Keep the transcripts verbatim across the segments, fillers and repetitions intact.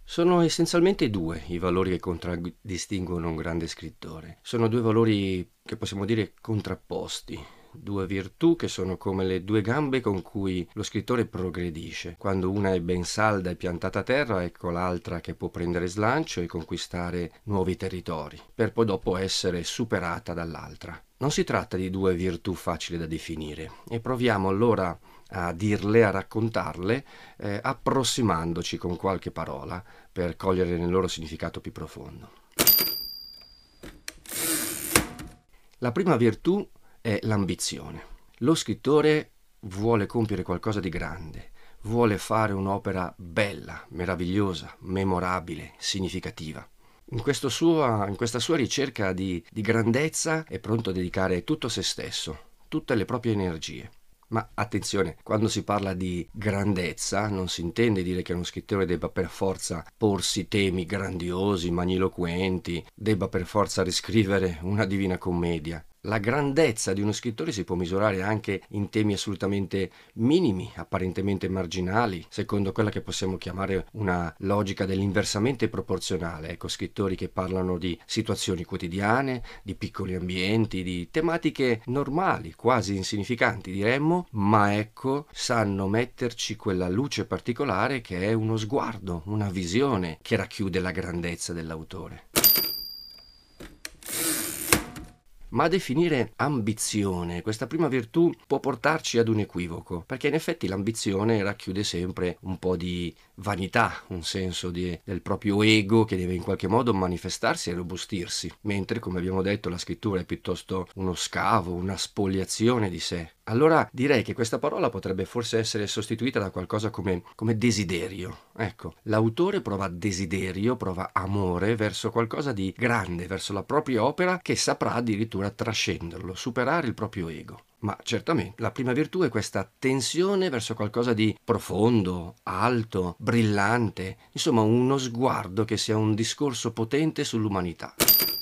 Sono essenzialmente due i valori che contraddistinguono un grande scrittore. Sono due valori che possiamo dire contrapposti, due virtù che sono come le due gambe con cui lo scrittore progredisce. Quando una è ben salda e piantata a terra, ecco l'altra che può prendere slancio e conquistare nuovi territori, per poi dopo essere superata dall'altra. Non si tratta di due virtù facili da definire e proviamo allora a dirle, a raccontarle, eh, approssimandoci con qualche parola per cogliere nel loro significato più profondo. La prima virtù è l'ambizione. Lo scrittore vuole compiere qualcosa di grande, vuole fare un'opera bella, meravigliosa, memorabile, significativa. In, questo sua, in questa sua ricerca di, di grandezza è pronto a dedicare tutto se stesso, tutte le proprie energie. Ma attenzione, quando si parla di grandezza non si intende dire che uno scrittore debba per forza porsi temi grandiosi, magniloquenti, debba per forza riscrivere una Divina Commedia. La grandezza di uno scrittore si può misurare anche in temi assolutamente minimi, apparentemente marginali, secondo quella che possiamo chiamare una logica dell'inversamente proporzionale. Ecco, scrittori che parlano di situazioni quotidiane, di piccoli ambienti, di tematiche normali, quasi insignificanti diremmo, ma ecco, sanno metterci quella luce particolare che è uno sguardo, una visione che racchiude la grandezza dell'autore. Ma a definire ambizione, questa prima virtù può portarci ad un equivoco, perché in effetti l'ambizione racchiude sempre un po' di vanità, un senso di, del proprio ego che deve in qualche modo manifestarsi e robustirsi, mentre, come abbiamo detto, la scrittura è piuttosto uno scavo, una spoliazione di sé. Allora direi che questa parola potrebbe forse essere sostituita da qualcosa come, come desiderio. Ecco, l'autore prova desiderio, prova amore verso qualcosa di grande, verso la propria opera che saprà addirittura trascenderlo, superare il proprio ego. Ma certamente la prima virtù è questa tensione verso qualcosa di profondo, alto, brillante, insomma uno sguardo che sia un discorso potente sull'umanità.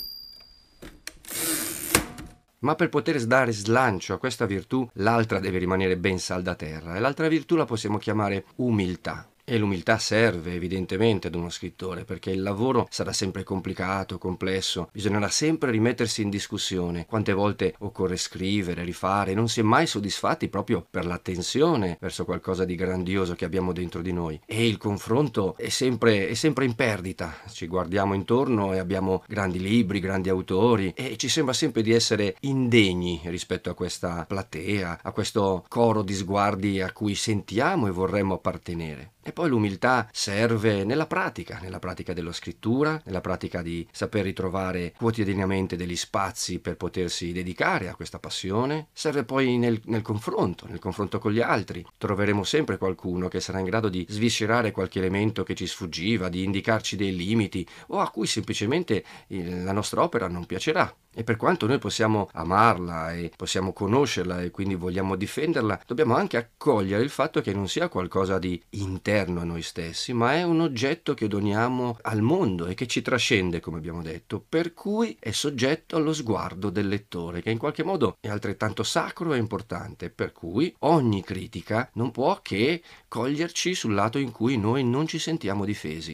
Ma per poter dare slancio a questa virtù, l'altra deve rimanere ben salda a terra, e l'altra virtù la possiamo chiamare umiltà. E l'umiltà serve evidentemente ad uno scrittore, perché il lavoro sarà sempre complicato, complesso, bisognerà sempre rimettersi in discussione. Quante volte occorre scrivere, rifare, non si è mai soddisfatti proprio per la tensione verso qualcosa di grandioso che abbiamo dentro di noi. E il confronto è sempre, è sempre in perdita. Ci guardiamo intorno e abbiamo grandi libri, grandi autori, e ci sembra sempre di essere indegni rispetto a questa platea, a questo coro di sguardi a cui sentiamo e vorremmo appartenere. E poi l'umiltà serve nella pratica, nella pratica della scrittura, nella pratica di saper ritrovare quotidianamente degli spazi per potersi dedicare a questa passione. Serve poi nel, nel confronto, nel confronto con gli altri. Troveremo sempre qualcuno che sarà in grado di sviscerare qualche elemento che ci sfuggiva, di indicarci dei limiti o a cui semplicemente il, la nostra opera non piacerà. E per quanto noi possiamo amarla e possiamo conoscerla e quindi vogliamo difenderla, dobbiamo anche accogliere il fatto che non sia qualcosa di interno a noi stessi, ma è un oggetto che doniamo al mondo e che ci trascende, come abbiamo detto, per cui è soggetto allo sguardo del lettore, che in qualche modo è altrettanto sacro e importante, per cui ogni critica non può che coglierci sul lato in cui noi non ci sentiamo difesi.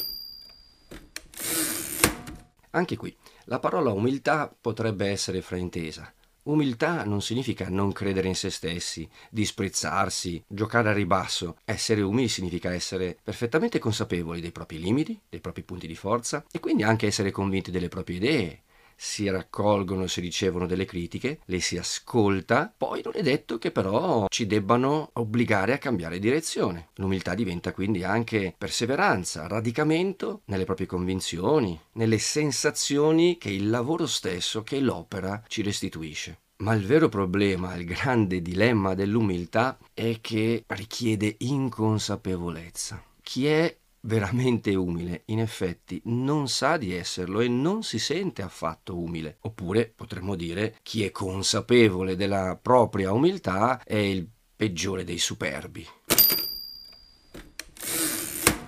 Anche qui, la parola umiltà potrebbe essere fraintesa. Umiltà non significa non credere in se stessi, disprezzarsi, giocare a ribasso. Essere umili significa essere perfettamente consapevoli dei propri limiti, dei propri punti di forza e quindi anche essere convinti delle proprie idee. Si raccolgono, si ricevono delle critiche, le si ascolta, poi non è detto che però ci debbano obbligare a cambiare direzione. L'umiltà diventa quindi anche perseveranza, radicamento nelle proprie convinzioni, nelle sensazioni che il lavoro stesso, che l'opera ci restituisce. Ma il vero problema, il grande dilemma dell'umiltà è che richiede inconsapevolezza. Chi è veramente umile, in effetti, non sa di esserlo e non si sente affatto umile. Oppure potremmo dire chi è consapevole della propria umiltà è il peggiore dei superbi.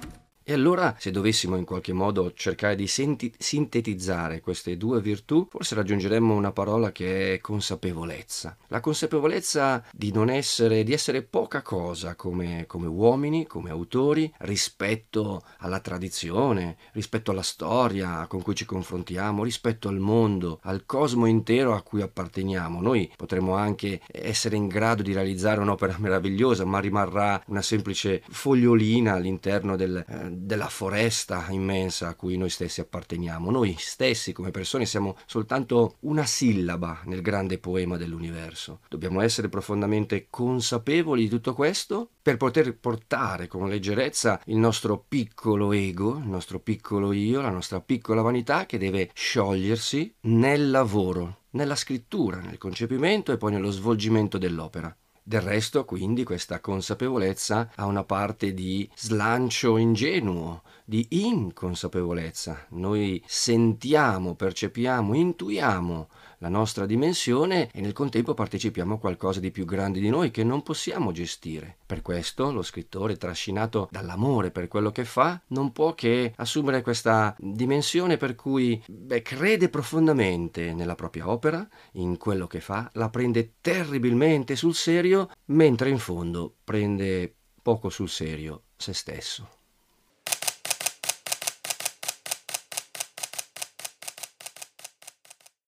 E allora, se dovessimo in qualche modo cercare di senti- sintetizzare queste due virtù, forse raggiungeremmo una parola che è consapevolezza. La consapevolezza di non essere, di essere poca cosa come, come uomini, come autori, rispetto alla tradizione, rispetto alla storia con cui ci confrontiamo, rispetto al mondo, al cosmo intero a cui apparteniamo. Noi potremmo anche essere in grado di realizzare un'opera meravigliosa, ma rimarrà una semplice fogliolina all'interno del, eh, della foresta immensa a cui noi stessi apparteniamo. Noi stessi come persone siamo soltanto una sillaba nel grande poema dell'universo. Dobbiamo essere profondamente consapevoli di tutto questo per poter portare con leggerezza il nostro piccolo ego, il nostro piccolo io, la nostra piccola vanità che deve sciogliersi nel lavoro, nella scrittura, nel concepimento e poi nello svolgimento dell'opera. Del resto, quindi, questa consapevolezza ha una parte di slancio ingenuo, di inconsapevolezza. Noi sentiamo, percepiamo, intuiamo la nostra dimensione e nel contempo partecipiamo a qualcosa di più grande di noi che non possiamo gestire. Per questo lo scrittore, trascinato dall'amore per quello che fa, non può che assumere questa dimensione per cui beh, crede profondamente nella propria opera, in quello che fa, la prende terribilmente sul serio, mentre in fondo prende poco sul serio se stesso.